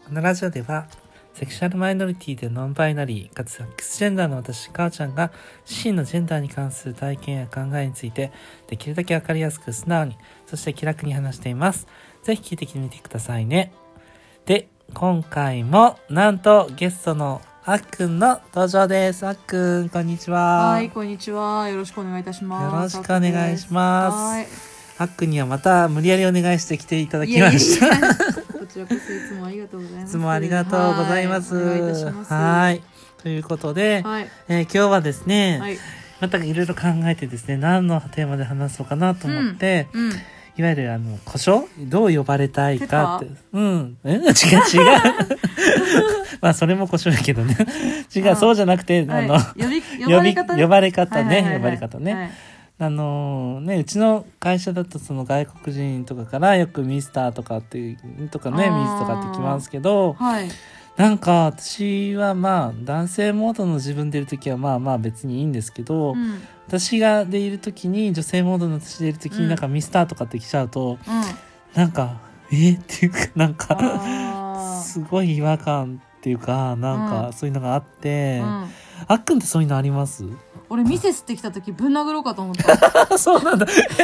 このラジオではセクシャルマイノリティでノンバイナリーかつ X ジェンダーの私母ちゃんが自身のジェンダーに関する体験や考えについてできるだけわかりやすく素直にそして気楽に話しています。ぜひ聞いてみてくださいね。で、今回もなんとゲストのあっくんの登場です。あっくんこんにちは。 はい、こんにちは。よろしくお願いいたします。 よろしくお願いします。 はい。 あっくんにはまた無理やりお願いして来ていただきました。 いやいやいやこちらこそいつもありがとうございます。 いつもありがとうございます。 はい、お願いいたします。 はい。ということで、 はい今日はですね、 はい、 またいろいろ考えてですね、何のテーマで話そうかなと思って、いわゆる故障どう呼ばれたいかって。違う。まあそれも故障だけどね。違う、そうじゃなくて、 呼ばれ方ね。 呼ばれ方ね、呼ばれ方ね。 はいうちの会社だとその外国人とかからよくミスターとかっていうとかね、ミスとかってきますけど、 はい、 なんか私はまあ男性モードの自分でいるときはまあまあ別にいいんですけど、私がでいるときに女性モードの私でいるときになんかミスターとかって来ちゃうと、なんかっていうかなんかすごい違和感っていうかなんかそういうのがあって、あっくんってそういうのあります？ 俺ミセスって来た時ぶん殴ろうかと思った。 そうなんだ。ミセス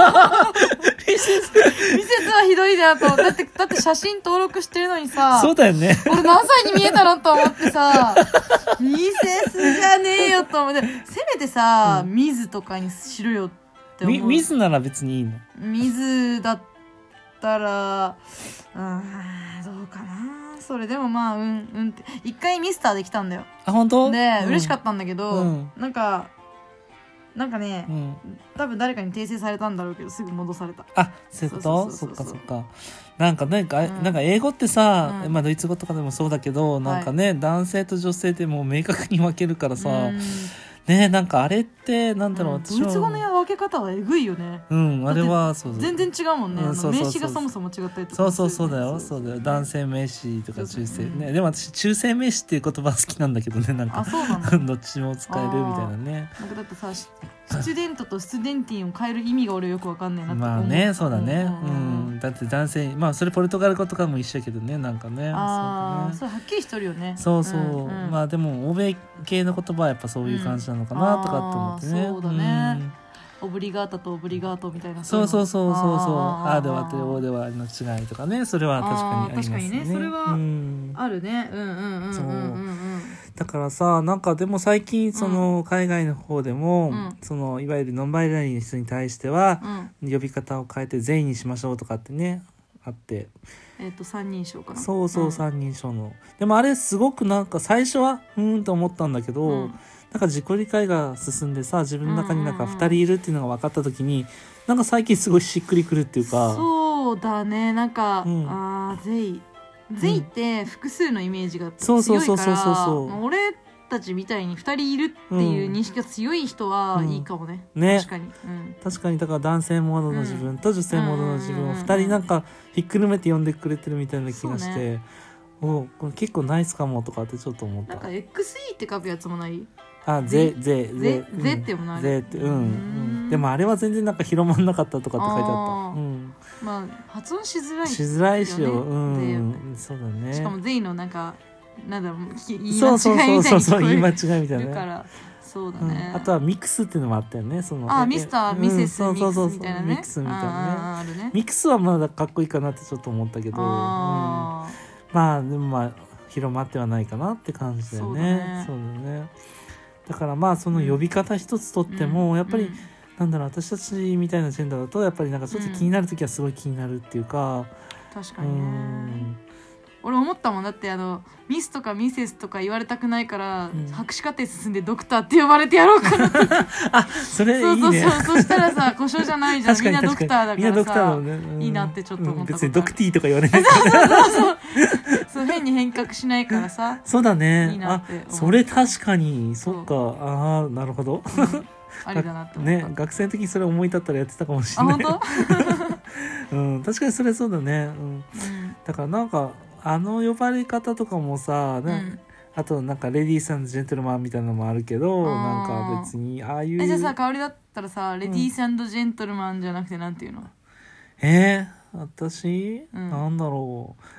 はひどいなと。だって写真登録してるのにさ。 そうだよね。 俺何歳に見えたのと思ってさ、ミセスじゃねえよと思って、せめてさ、ミズとかにしろよって思う。 ミズなら別にいいの？ ミズだったら、どうかな。それでもまあって一回ミスターできたんだよ。 あ、本当？ で、嬉しかったんだけど、なんかね、多分誰かに訂正されたんだろうけどすぐ戻された。 あ、そういうこと？そっかそっか。なんか英語ってさ、まあドイツ語とかでもそうだけど、なんかね、男性と女性でも明確に分けるからさ、ね、なんかあれってなんだろう、 ドイツ語の分け方はえぐいよね。 あれはそう全然違うもんね。名詞がそもそも違ったりとか。 そうだよ。男性名詞とか中性ね。でも私中性名詞っていう言葉好きなんだけどね、なんか。 そうなんだ。 どっちも使えるみたいなね。 なんかだってさ、スチュデントとスチュデンティンを変える意味が俺よくわかんないなって思う。 まあね、そうだね。だって男性、まあそれポルトガル語とかも一緒やけどね、なんかね。 それはっきりしとるよね。 そう。まあでも欧米系の言葉はやっぱそういう感じなのかなとかって思ってね。 そうだね。オブリガータとオブリガートみたいな。 そう。あではあっておではの違いとかね、それは確かにありますね。 確かにね、それはあるね。 そう。だからさ、なんかでも最近その海外の方でも、そのいわゆるノンバイナリーの人に対しては、呼び方を変えて全員にしましょうとかってね、あって。 三人称かな。 そう、三人称の。でもあれすごくなんか最初はと思ったんだけど、なんか自己理解が進んでさ、自分の中になんか2人いるっていうのが分かった時に、なんか最近すごいしっくりくるっていうか。 そうだね、なんか、ゼイって複数のイメージが強いから俺たちみたいに2人いるっていう認識が強い人はいいかもね。確かに。 確かにだから男性モードの自分と女性モードの自分を2人なんかひっくるめて呼んでくれてるみたいな気がして、これ結構ナイスかもとかってちょっと思った。 なんか XE って書くやつもない？ ゼってもない。 ゼってでもあれは全然なんか広まんなかったとかって書いてあった。 まあ発音しづらいしづらいしよ。そうだね。 しかもゼイのなんかなんだろう、言い間違いみたいな。そう言い間違いみたいな。 だからそうだね。 あとはミックスっていうのもあったよね。 ミスターミセスミックスみたいなね。 ミックスみたいなね。ミックスはまだかっこいいかなってちょっと思ったけど、まあでも広まってはないかなって感じだよね。そうだね。だからまあその呼び方一つとってもやっぱりなんだろう、私たちみたいなジェンダーだとやっぱりなんかちょっと気になるときはすごい気になるっていうか。 確かにね。俺思ったもんだってミスとかミセスとか言われたくないから、博士課程進んでドクターって呼ばれてやろうかなって。 それいいね。 そしたらさ故障じゃないじゃん。みんなドクターだからさ、いいなってちょっと思った。 別にドクティーとか言われない。 そう変に変革しないからさ。 そうだね。 いいなってそれ確かにそっか。なるほど。 ありだなって思った。 ね、学生の時にそれ思い立ったらやってたかもしれない。 本当？確かにそれそうだね。だからなんか呼ばれ方とかもさ、あとなんかレディース&ジェントルマンみたいなのもあるけど、なんか別にああいう。 じゃあさ、香りだったらさ、レディース&ジェントルマンじゃなくてなんていうの？ 私、なんだろう。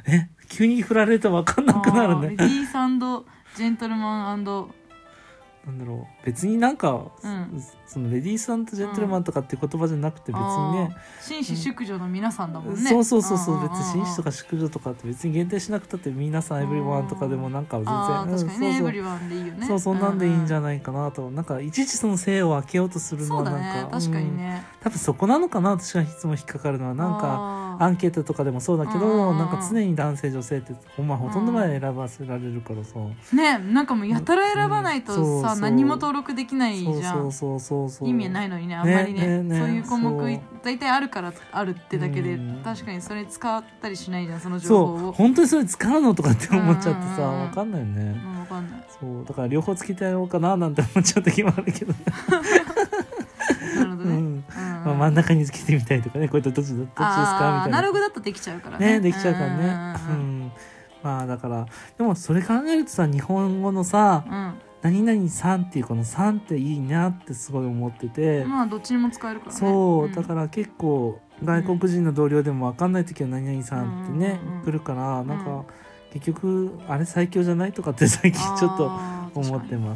急に振られると分かんなくなるね。 レディース&ジェントルマン& なんだろう、別になんか、 うん、 そのレディース&ジェントルマンとかっていう言葉じゃなくて別にね、 紳士淑女の皆さんだもんね。 そうそうそうそう、別に紳士とか淑女とかって別に限定しなくたって皆さんエブリワンとかでもなんか全然、 確かにね、エブリワンでいいよね。 そうそんなんでいいんじゃないかなと、なんかいちいちその性を分けようとするのはなんか、 そうだね、確かにね、 多分そこなのかな。私がいつも引っかかるのはなんかアンケートとかでもそうだけど、なんか常に男性女性ってほとんどまで選ばせられるからさ、 ね、なんかもうやたら選ばないとさ、何も登録できないじゃん。 そう意味ないのにね、あんまりね、そういう項目大体あるからあるってだけで、確かにそれ使ったりしないじゃん、その情報を。そう、 本当にそれ使うのとかって思っちゃってさ、分かんないよね。 分かんない。 そうだから両方つけてやろうかななんて思っちゃう時もあるけどなるほどね、 まあ、真ん中につけてみたいとかね、こういったどっちですかみたいな。 アナログだとできちゃうからね。 できちゃうからね。まあだからでもそれ考えるとさ、日本語のさ、何々さんっていうこのさんっていいなってすごい思ってて、 まあどっちにも使えるからね。 そうだから結構外国人の同僚でも分かんない時は何々さんってね、来るから、なんか結局あれ最強じゃないとかって最近ちょっと思ってます。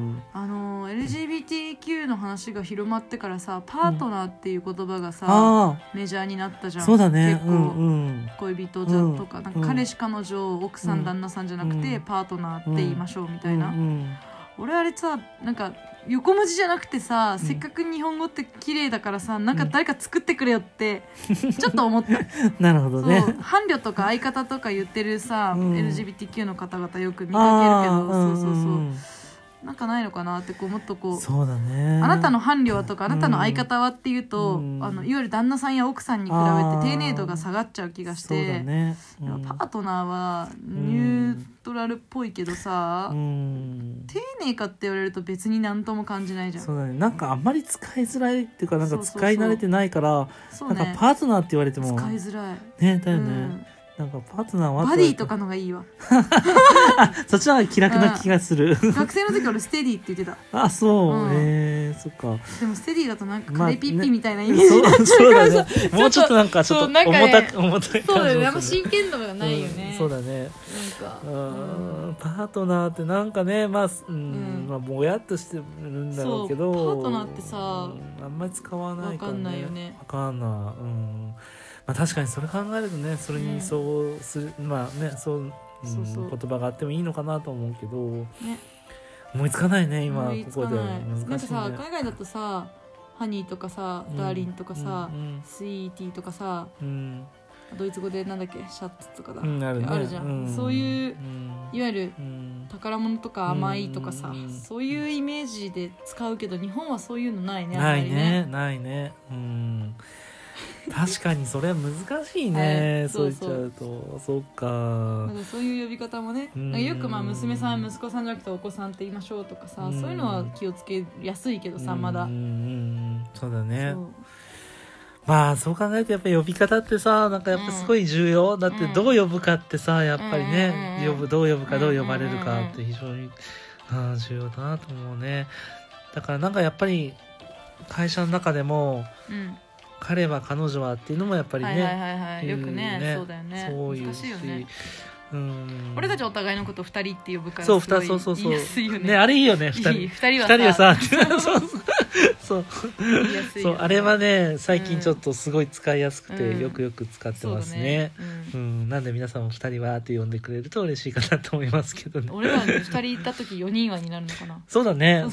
LGBTQ の話が広まってからさ、パートナーっていう言葉がさ、メジャーになったじゃん。 そうだね。 結構、恋人とか、なんか彼氏彼女奥さん旦那さんじゃなくて、パートナーって言いましょうみたいな。俺あれさ、なんか横文字じゃなくてさ、せっかく日本語って綺麗だからさ、なんか誰か作ってくれよってちょっと思った。 なるほどね。 伴侶とか相方とか言ってるさ、LGBTQ の方々よく見かけるけど、そうなんかないのかなって、こうもっとこう、 そうだね、 あなたの伴侶はとかあなたの相方はっていうと、いわゆる旦那さんや奥さんに比べて丁寧度が下がっちゃう気がして、そうだね、パートナーはニュートラルっぽいけどさ、丁寧かって言われると別に何とも感じないじゃん。 そうだね、なんかあんまり使いづらいっていうか、なんか使い慣れてないから、なんかパートナーって言われても使いづらいね。だよね、なんかパートナーはバディとかのがいいわそっちの方が気楽な気がする。 学生の時俺ステディって言ってた。 あ、そう、そっか。 でもステディだとなんかカレーピッピみたいなイメージになっちゃうからさ、 もうちょっとなんかちょっと重たい感じ。 そうだよね、あんま真剣度がないよね。 そうだね。なんかパートナーってなんかね、まあぼやっとしてるんだろうけど、 パートナーってさ、 あんまり使わないからね。 分かんないよね。 分かんない。まあ、確かにそれ考えるとね、それにそうする、まあね、そう言葉があってもいいのかなと思うけど、思いつかないね今ここで。 なんかさ、海外だとさ、ハニーとかさ、ダーリンとかさ、スイーティーとかさ、ドイツ語でなんだっけ、シャツとかだ、あるじゃん。そういういわゆる宝物とか甘いとかさ、そういうイメージで使うけど、日本はそういうのないね。 ないね、ないね。確かにそれは難しいね、そう言っちゃうと。そうか、 なんかそういう呼び方もね、よくまあ娘さん息子さんじゃなくてお子さんって言いましょうとかさ、そういうのは気をつけやすいけどさ、まだそうだね。まあそう考えるとやっぱり呼び方ってさ、なんかやっぱすごい重要、だってどう呼ぶかってさ、やっぱりね、どう呼ぶかどう呼ばれるかって非常に重要だなと思うね。だからなんかやっぱり会社の中でも、彼は彼女はっていうのもやっぱりね、 よくね、そうだよね、難しいよね。俺たちお互いのこと2人って呼ぶからすごい言いやすいよね。 あれいいよね、2人はさそうあれはね、最近ちょっとすごい使いやすくて、よく使ってますね。なんで皆さんも2人はって呼んでくれると嬉しいかなと思いますけどね。 俺ら2人いた時4人はになるのかな。 そうだね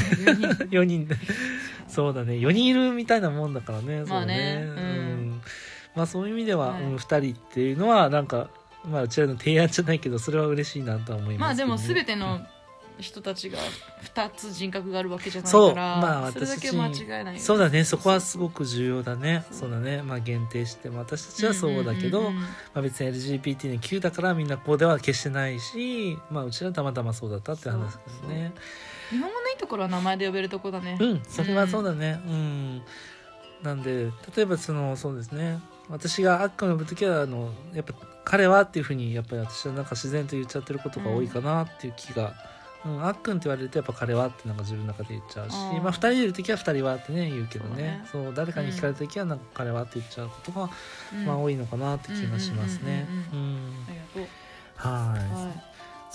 4人そうだね、4人いるみたいなもんだからね。まあね、まあそういう意味では2人っていうのはなんか、まあうちらの提案じゃないけど、それは嬉しいなとは思いますけどね。まあでも全ての人たちが2つ人格があるわけじゃないから、まあ、それだけ間違いない。 そうだね、そこはすごく重要だね。そうだね、まあ限定しても私たちはそうだけど、まあ別に LGBT の Q だからみんなこうでは決してないし、まあうちらたまたまそうだったって話ですね。 日本語のいいところは名前で呼べるところだね。 それはそうだね。なんで例えばそうですね、私があっくんを呼ぶときはやっぱ彼はっていうふうにやっぱり私はなんか自然と言っちゃってることが多いかなっていう気が、あっくんって言われるとやっぱ彼はってなんか自分の中で言っちゃうし、まあ2人でいるときは2人はってね言うけどね、そう誰かに聞かれたときはなんか彼はって言っちゃうことが、まあ多いのかなって気がしますね。 ありがと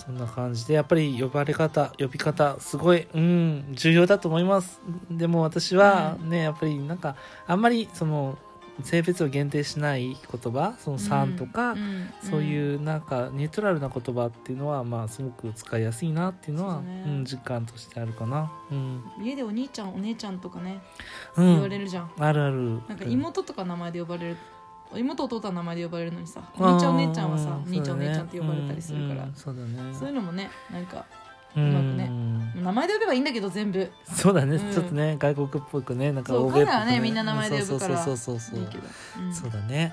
そんな感じでやっぱり呼び方すごい、重要だと思います。でも私はね、やっぱりなんかあんまりその性別を限定しない言葉、そのさんとか、そういうなんかニュートラルな言葉っていうのはまあすごく使いやすいなっていうのは実感としてあるかな。 家でお兄ちゃんお姉ちゃんとかね、言われるじゃん。 あるある。 なんか妹とか名前で呼ばれる、妹弟は名前で呼ばれるのにさ、お兄ちゃんお姉ちゃんはさ、兄ちゃんお姉ちゃんって呼ばれたりするから、 そうだね。 そういうのもね、なんかうまくね、名前で呼べばいいんだけど全部。 そうだね、ちょっとね外国っぽくね、なんか欧米っぽくね。そう、彼らはねみんな名前で呼ぶからいいけど。 そうだね。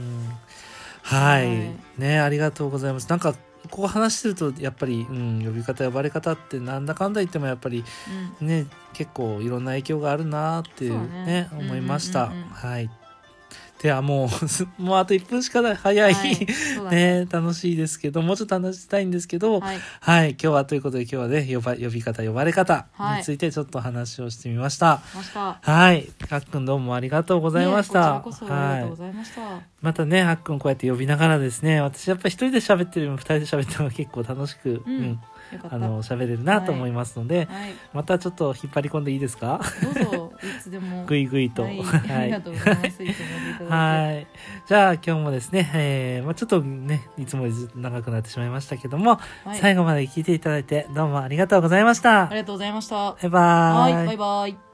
はいね、ありがとうございます。なんかこう話してるとやっぱり、呼び方呼ばれ方ってなんだかんだ言ってもやっぱりね、結構いろんな影響があるなっていうね思いました。はい。ではもうあと1分しかない、早い、ね、楽しいですけど、もうちょっと話したいんですけど、はい、今日はということで、今日はね呼び方呼ばれ方についてちょっと話をしてみました。はい、はっくんどうもありがとうございました。 こちらこそありがとうございました。 またね、はっくんこうやって呼びながらですね、私やっぱ一人で喋ってるよりも二人で喋ったのが結構楽しく、喋れるなと思いますので、またちょっと引っ張り込んでいいですか？ どうぞ、いつでも。 ぐいぐいと。 ありがとうございます。いつもいただいて。 はい。じゃあ今日もですね、ちょっとね、いつもより長くなってしまいましたけども、最後まで聞いていただいてどうもありがとうございました。 ありがとうございました。 バイバーイ。 バイバイ。